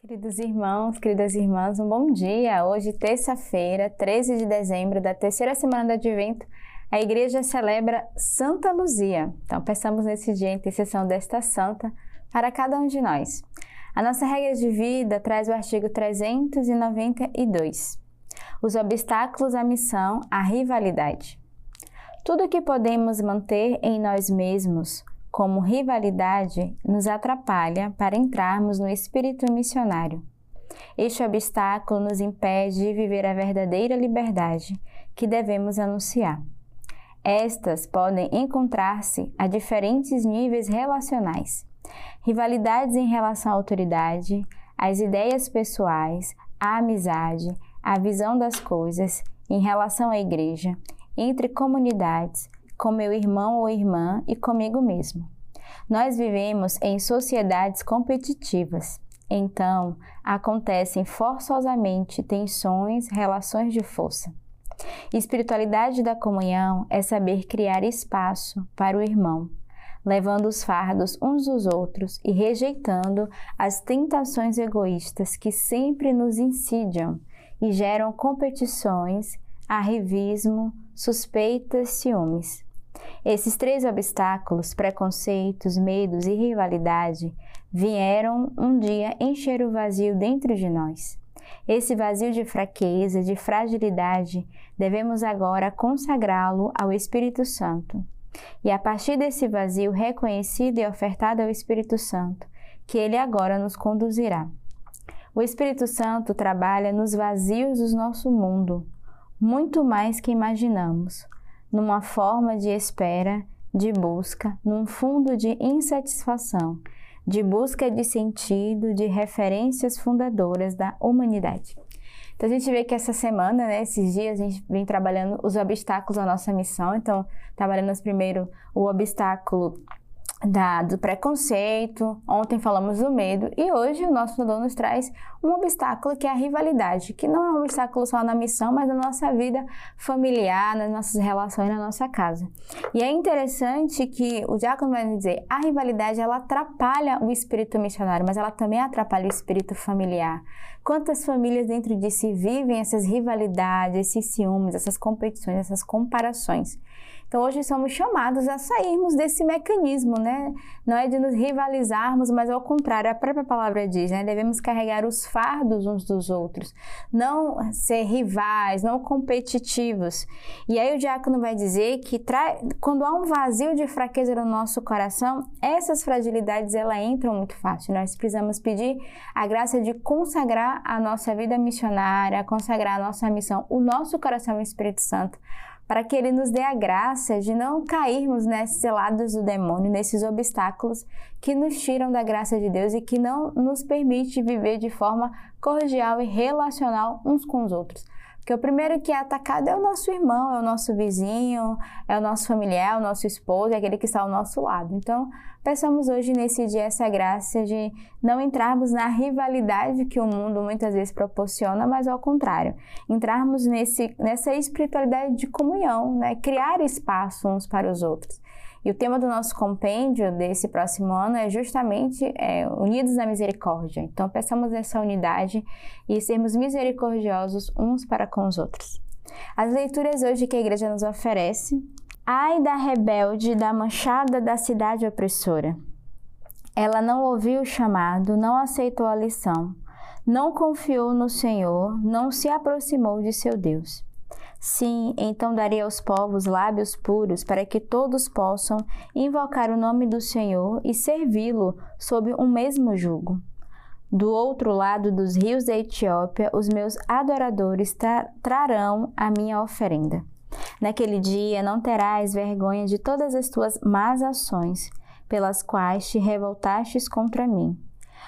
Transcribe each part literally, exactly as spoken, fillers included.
Queridos irmãos, queridas irmãs, um bom dia! Hoje, terça-feira, treze de dezembro da terceira semana do Advento, a Igreja celebra Santa Luzia. Então, peçamos nesse dia a intercessão desta santa para cada um de nós. A nossa regra de vida traz o artigo trezentos e noventa e dois. Os obstáculos à missão, à rivalidade. Tudo que podemos manter em nós mesmos como rivalidade nos atrapalha para entrarmos no espírito missionário. Este obstáculo nos impede de viver a verdadeira liberdade que devemos anunciar. Estas podem encontrar-se a diferentes níveis relacionais. Rivalidades em relação à autoridade, às ideias pessoais, à amizade, à visão das coisas, em relação à igreja, entre comunidades, com meu irmão ou irmã e comigo mesmo. Nós vivemos em sociedades competitivas, então acontecem forçosamente tensões, relações de força. Espiritualidade da comunhão é saber criar espaço para o irmão, levando os fardos uns dos outros e rejeitando as tentações egoístas que sempre nos insidiam e geram competições, arrivismo, suspeitas, ciúmes. Esses três obstáculos, preconceitos, medos e rivalidade, vieram um dia encher o vazio dentro de nós. Esse vazio de fraqueza, de fragilidade, devemos agora consagrá-lo ao Espírito Santo. E a partir desse vazio reconhecido e ofertado ao Espírito Santo, que ele agora nos conduzirá. O Espírito Santo trabalha nos vazios do nosso mundo, muito mais que imaginamos, numa forma de espera, de busca, num fundo de insatisfação, de busca de sentido, de referências fundadoras da humanidade. Então, a gente vê que essa semana, né, esses dias, a gente vem trabalhando os obstáculos à nossa missão. Então, trabalhando primeiro o obstáculo Da, do preconceito, ontem falamos do medo e hoje o nosso fundador nos traz um obstáculo que é a rivalidade, que não é um obstáculo só na missão, mas na nossa vida familiar, nas nossas relações, na nossa casa. E é interessante que o diácono vai nos dizer, a rivalidade ela atrapalha o espírito missionário, mas ela também atrapalha o espírito familiar. Quantas famílias dentro de si vivem essas rivalidades, esses ciúmes, essas competições, essas comparações? Então, hoje somos chamados a sairmos desse mecanismo, né? Não é de nos rivalizarmos, mas ao contrário, a própria palavra diz, né? Devemos carregar os fardos uns dos outros, não ser rivais, não competitivos. E aí o diácono vai dizer que tra... quando há um vazio de fraqueza no nosso coração, essas fragilidades, elas entram muito fácil. Nós precisamos pedir a graça de consagrar a nossa vida missionária, consagrar a nossa missão, o nosso coração ao Espírito Santo, para que Ele nos dê a graça de não cairmos nesses lados do demônio, nesses obstáculos que nos tiram da graça de Deus e que não nos permite viver de forma cordial e relacional uns com os outros. Porque o primeiro que é atacado é o nosso irmão, é o nosso vizinho, é o nosso familiar, é o nosso esposo, é aquele que está ao nosso lado. Então, peçamos hoje nesse dia essa graça de não entrarmos na rivalidade que o mundo muitas vezes proporciona, mas ao contrário, entrarmos nesse, nessa espiritualidade de comunhão, né? Criar espaço uns para os outros. E o tema do nosso compêndio desse próximo ano é justamente é, Unidos na Misericórdia. Então, peçamos essa unidade e sermos misericordiosos uns para com os outros. As leituras hoje que a igreja nos oferece. Ai da rebelde, da manchada da cidade opressora. Ela não ouviu o chamado, não aceitou a lição, não confiou no Senhor, não se aproximou de seu Deus. Sim, então darei aos povos lábios puros para que todos possam invocar o nome do Senhor e servi-lo sob um mesmo jugo. Do outro lado dos rios da Etiópia, os meus adoradores tra- trarão a minha oferenda. Naquele dia não terás vergonha de todas as tuas más ações, pelas quais te revoltastes contra mim.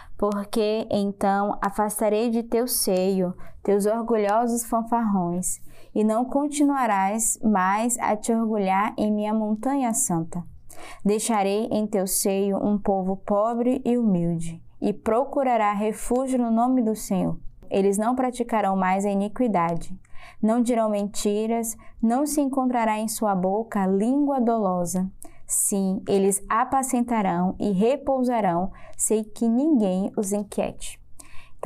Porque então afastarei de teu seio teus orgulhosos fanfarrões, e não continuarás mais a te orgulhar em minha montanha santa. Deixarei em teu seio um povo pobre e humilde, e procurará refúgio no nome do Senhor. Eles não praticarão mais a iniquidade, não dirão mentiras, não se encontrará em sua boca língua dolosa. Sim, eles apacentarão e repousarão, sem que ninguém os inquiete. Então,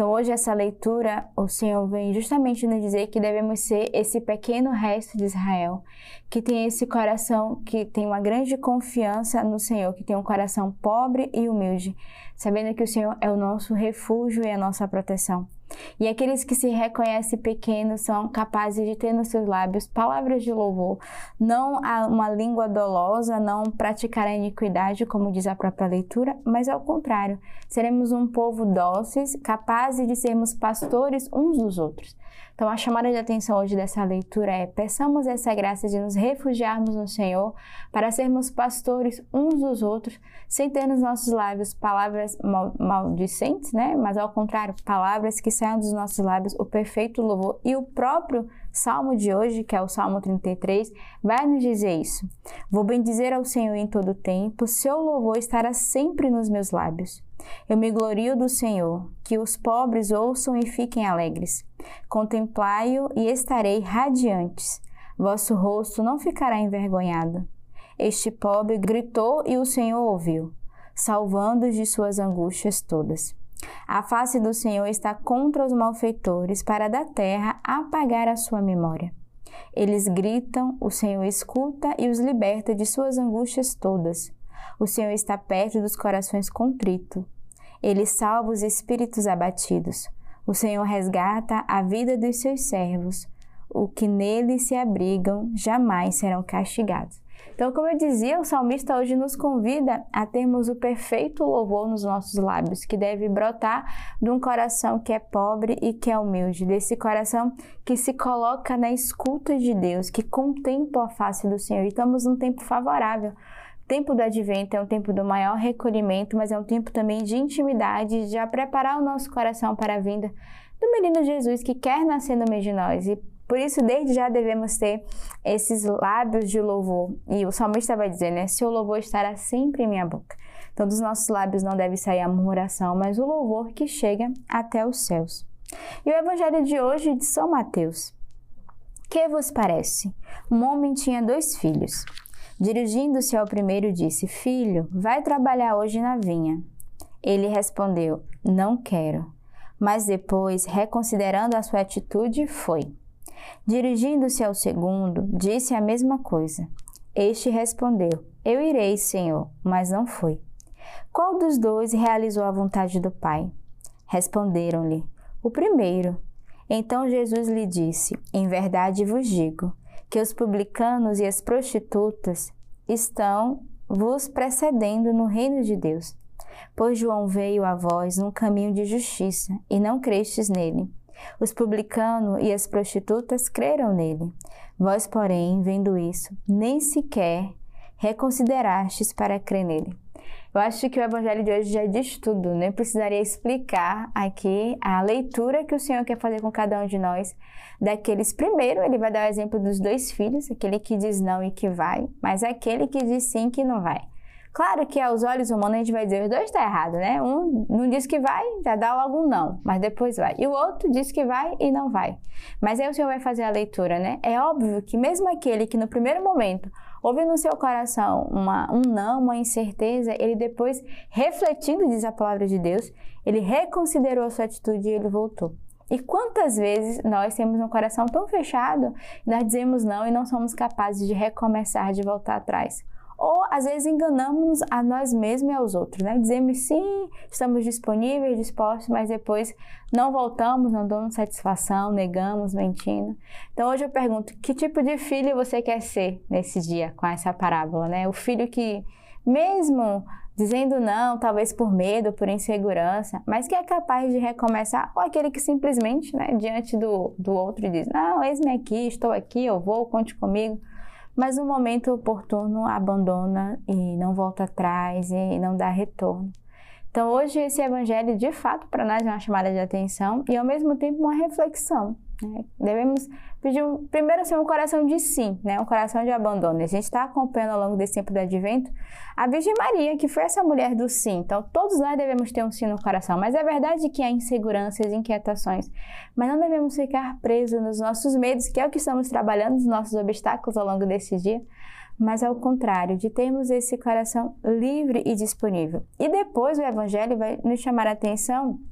Então hoje essa leitura, o Senhor vem justamente nos dizer que devemos ser esse pequeno resto de Israel, que tem esse coração, que tem uma grande confiança no Senhor, que tem um coração pobre e humilde, sabendo que o Senhor é o nosso refúgio e a nossa proteção. E aqueles que se reconhecem pequenos são capazes de ter nos seus lábios palavras de louvor, não uma língua dolosa, não praticar a iniquidade, como diz a própria leitura, mas ao contrário, seremos um povo dóceis, capazes de sermos pastores uns dos outros. Então a chamada de atenção hoje dessa leitura é: peçamos essa graça de nos refugiarmos no Senhor para sermos pastores uns dos outros, sem ter nos nossos lábios palavras mal, maldicentes, né? Mas ao contrário, palavras que saiam dos nossos lábios o perfeito louvor. E o próprio Salmo de hoje, que é o Salmo trinta e três, vai nos dizer isso. Vou bendizer ao Senhor em todo o tempo, seu louvor estará sempre nos meus lábios. Eu me glorio do Senhor, que os pobres ouçam e fiquem alegres. Contemplai-o e estarei radiantes. Vosso rosto não ficará envergonhado. Este pobre gritou e o Senhor ouviu, salvando-os de suas angústias todas. A face do Senhor está contra os malfeitores, para da terra apagar a sua memória. Eles gritam, o Senhor escuta e os liberta de suas angústias todas. O Senhor está perto dos corações contritos. Ele salva os espíritos abatidos. O Senhor resgata a vida dos seus servos. O que nele se abrigam jamais serão castigados. Então, como eu dizia, o salmista hoje nos convida a termos o perfeito louvor nos nossos lábios, que deve brotar de um coração que é pobre e que é humilde, desse coração que se coloca na escuta de Deus, que contempla a face do Senhor. E estamos num tempo favorável. O tempo do advento é um tempo do maior recolhimento, mas é um tempo também de intimidade, de já preparar o nosso coração para a vinda do menino Jesus, que quer nascer no meio de nós. E por isso, desde já devemos ter esses lábios de louvor. E o salmista vai dizer, né? Seu louvor estará sempre em minha boca. Então, dos nossos lábios não deve sair a murmuração, mas o louvor que chega até os céus. E o evangelho de hoje de São Mateus. Que vos parece? Um homem tinha dois filhos. Dirigindo-se ao primeiro, disse: Filho, vai trabalhar hoje na vinha. Ele respondeu: Não quero. Mas depois, reconsiderando a sua atitude, foi. Dirigindo-se ao segundo, disse a mesma coisa. Este respondeu: Eu irei, Senhor, mas não foi. Qual dos dois realizou a vontade do Pai? Responderam-lhe: O primeiro. Então Jesus lhe disse: Em verdade vos digo, que os publicanos e as prostitutas estão vos precedendo no reino de Deus. Pois João veio a vós num caminho de justiça, e não crestes nele. Os publicanos e as prostitutas creram nele. Vós, porém, vendo isso, nem sequer reconsiderastes para crer nele. Eu acho que o evangelho de hoje já diz tudo, nem precisaria explicar aqui a leitura que o Senhor quer fazer com cada um de nós. Daqueles, primeiro, ele vai dar o exemplo dos dois filhos, aquele que diz não e que vai, mas aquele que diz sim que não vai. Claro que aos olhos humanos a gente vai dizer, os dois estão errados, né? Um não diz que vai, já dá logo um não, mas depois vai. E o outro diz que vai e não vai. Mas aí o Senhor vai fazer a leitura, né? É óbvio que mesmo aquele que no primeiro momento houve no seu coração uma, um não, uma incerteza, ele depois, refletindo, diz a palavra de Deus, ele reconsiderou a sua atitude e ele voltou. E quantas vezes nós temos um coração tão fechado, nós dizemos não e não somos capazes de recomeçar, de voltar atrás. Ou, às vezes, enganamos a nós mesmos e aos outros, né? Dizemos sim, estamos disponíveis, dispostos, mas depois não voltamos, não damos satisfação, negamos, mentindo. Então, hoje eu pergunto, que tipo de filho você quer ser nesse dia com essa parábola, né? O filho que, mesmo dizendo não, talvez por medo, por insegurança, mas que é capaz de recomeçar, ou aquele que simplesmente, né, diante do, do outro diz, não, eis-me aqui, estou aqui, eu vou, conte comigo. Mas no momento oportuno abandona e não volta atrás e não dá retorno. Então hoje esse evangelho de fato para nós é uma chamada de atenção e ao mesmo tempo uma reflexão, né? Devemos pedir um, primeiro assim, um coração de sim, né? Um coração de abandono. A gente está acompanhando ao longo desse tempo do advento a Virgem Maria, que foi essa mulher do sim. Então todos nós devemos ter um sim no coração, mas é verdade que há inseguranças, inquietações, mas não devemos ficar presos nos nossos medos, que é o que estamos trabalhando, nos nossos obstáculos ao longo desse dia, mas ao contrário, de termos esse coração livre e disponível. E depois o evangelho vai nos chamar a atenção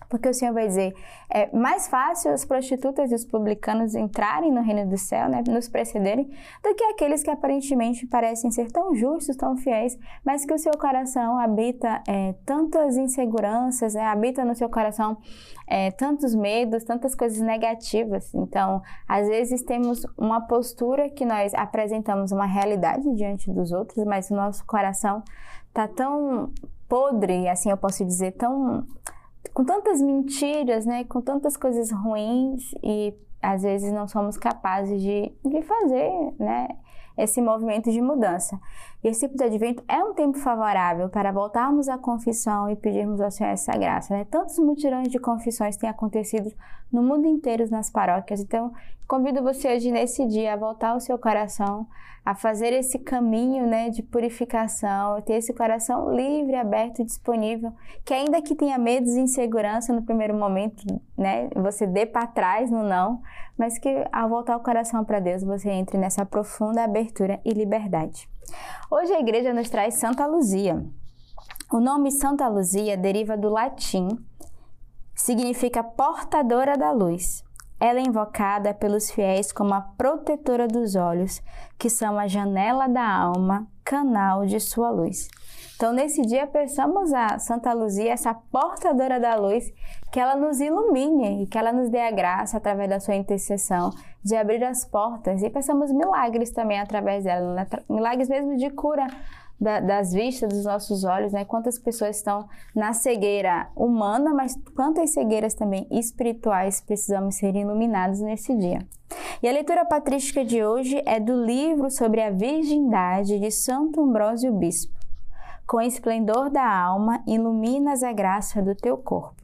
Porque o Senhor vai dizer, é mais fácil as prostitutas e os publicanos entrarem no reino do céu, né, nos precederem, do que aqueles que aparentemente parecem ser tão justos, tão fiéis, mas que o seu coração habita é, tantas inseguranças, né, habita no seu coração é, tantos medos, tantas coisas negativas. Então, às vezes temos uma postura que nós apresentamos uma realidade diante dos outros, mas o nosso coração está tão podre, assim eu posso dizer, tão... com tantas mentiras, né, com tantas coisas ruins e às vezes não somos capazes de, de fazer, né, esse movimento de mudança. E esse tipo de advento é um tempo favorável para voltarmos à confissão e pedirmos ao Senhor essa graça, né? Tantos mutirões de confissões têm acontecido no mundo inteiro nas paróquias, então convido você hoje nesse dia a voltar o seu coração, a fazer esse caminho, né, de purificação, ter esse coração livre, aberto e disponível, que ainda que tenha medos e insegurança no primeiro momento, né, você dê para trás no não, mas que ao voltar o coração para Deus, você entre nessa profunda abertura e liberdade. Hoje a igreja nos traz Santa Luzia. O nome Santa Luzia deriva do latim, significa portadora da luz. Ela é invocada pelos fiéis como a protetora dos olhos, que são a janela da alma, canal de sua luz. Então, nesse dia, peçamos a Santa Luzia, essa portadora da luz, que ela nos ilumine e que ela nos dê a graça, através da sua intercessão, de abrir as portas. E peçamos milagres também através dela, né? Milagres mesmo de cura da, das vistas, dos nossos olhos, né? Quantas pessoas estão na cegueira humana, mas quantas cegueiras também espirituais precisamos ser iluminados nesse dia. E a leitura patrística de hoje é do livro sobre a virgindade de Santo Ambrósio Bispo. Com o esplendor da alma, iluminas a graça do teu corpo.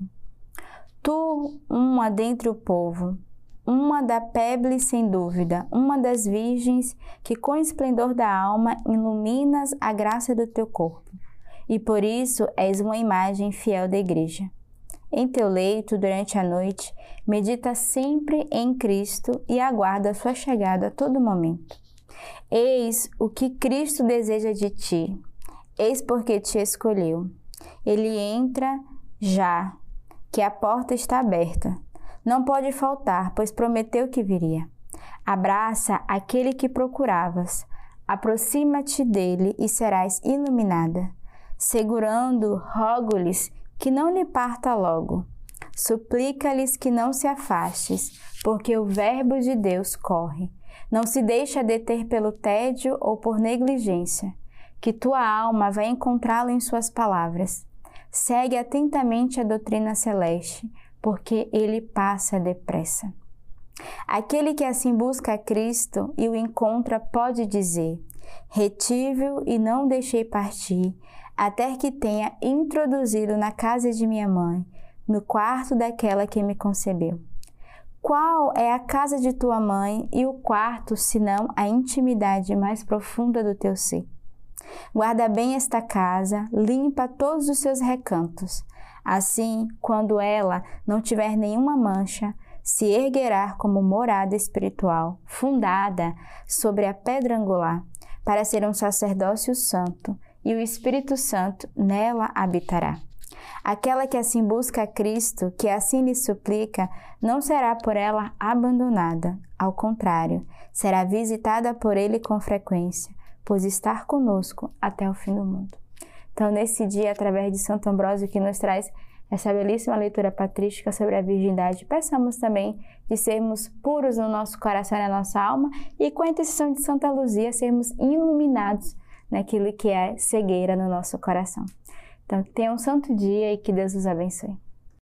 Tu, uma dentre o povo, uma da peble sem dúvida, uma das virgens, que com o esplendor da alma iluminas a graça do teu corpo. E por isso és uma imagem fiel da igreja. Em teu leito, durante a noite, medita sempre em Cristo e aguarda a sua chegada a todo momento. Eis o que Cristo deseja de ti. Eis porque te escolheu. Ele entra já, que a porta está aberta. Não pode faltar, pois prometeu que viria. Abraça aquele que procuravas. Aproxima-te dele e serás iluminada. Segurando, rogo-lhes que não lhe parta logo. Suplica-lhes que não se afastes, porque o verbo de Deus corre. Não se deixa deter pelo tédio ou por negligência, que tua alma vai encontrá-lo em suas palavras. Segue atentamente a doutrina celeste, porque ele passa depressa. Aquele que assim busca a Cristo e o encontra pode dizer: retive-o e não deixei partir, até que tenha introduzido na casa de minha mãe, no quarto daquela que me concebeu. Qual é a casa de tua mãe e o quarto, senão a intimidade mais profunda do teu ser? Guarda bem esta casa, limpa todos os seus recantos. Assim, quando ela não tiver nenhuma mancha, se erguerá como morada espiritual, fundada sobre a pedra angular, para ser um sacerdócio santo, e o Espírito Santo nela habitará. Aquela que assim busca a Cristo, que assim lhe suplica, não será por ela abandonada. Ao contrário, será visitada por ele com frequência, pois estar conosco até o fim do mundo. Então, nesse dia, através de Santo Ambrósio, que nos traz essa belíssima leitura patrística sobre a virgindade, peçamos também de sermos puros no nosso coração e na nossa alma, e com a intercessão de Santa Luzia, sermos iluminados naquilo que é cegueira no nosso coração. Então, tenha um santo dia e que Deus os abençoe.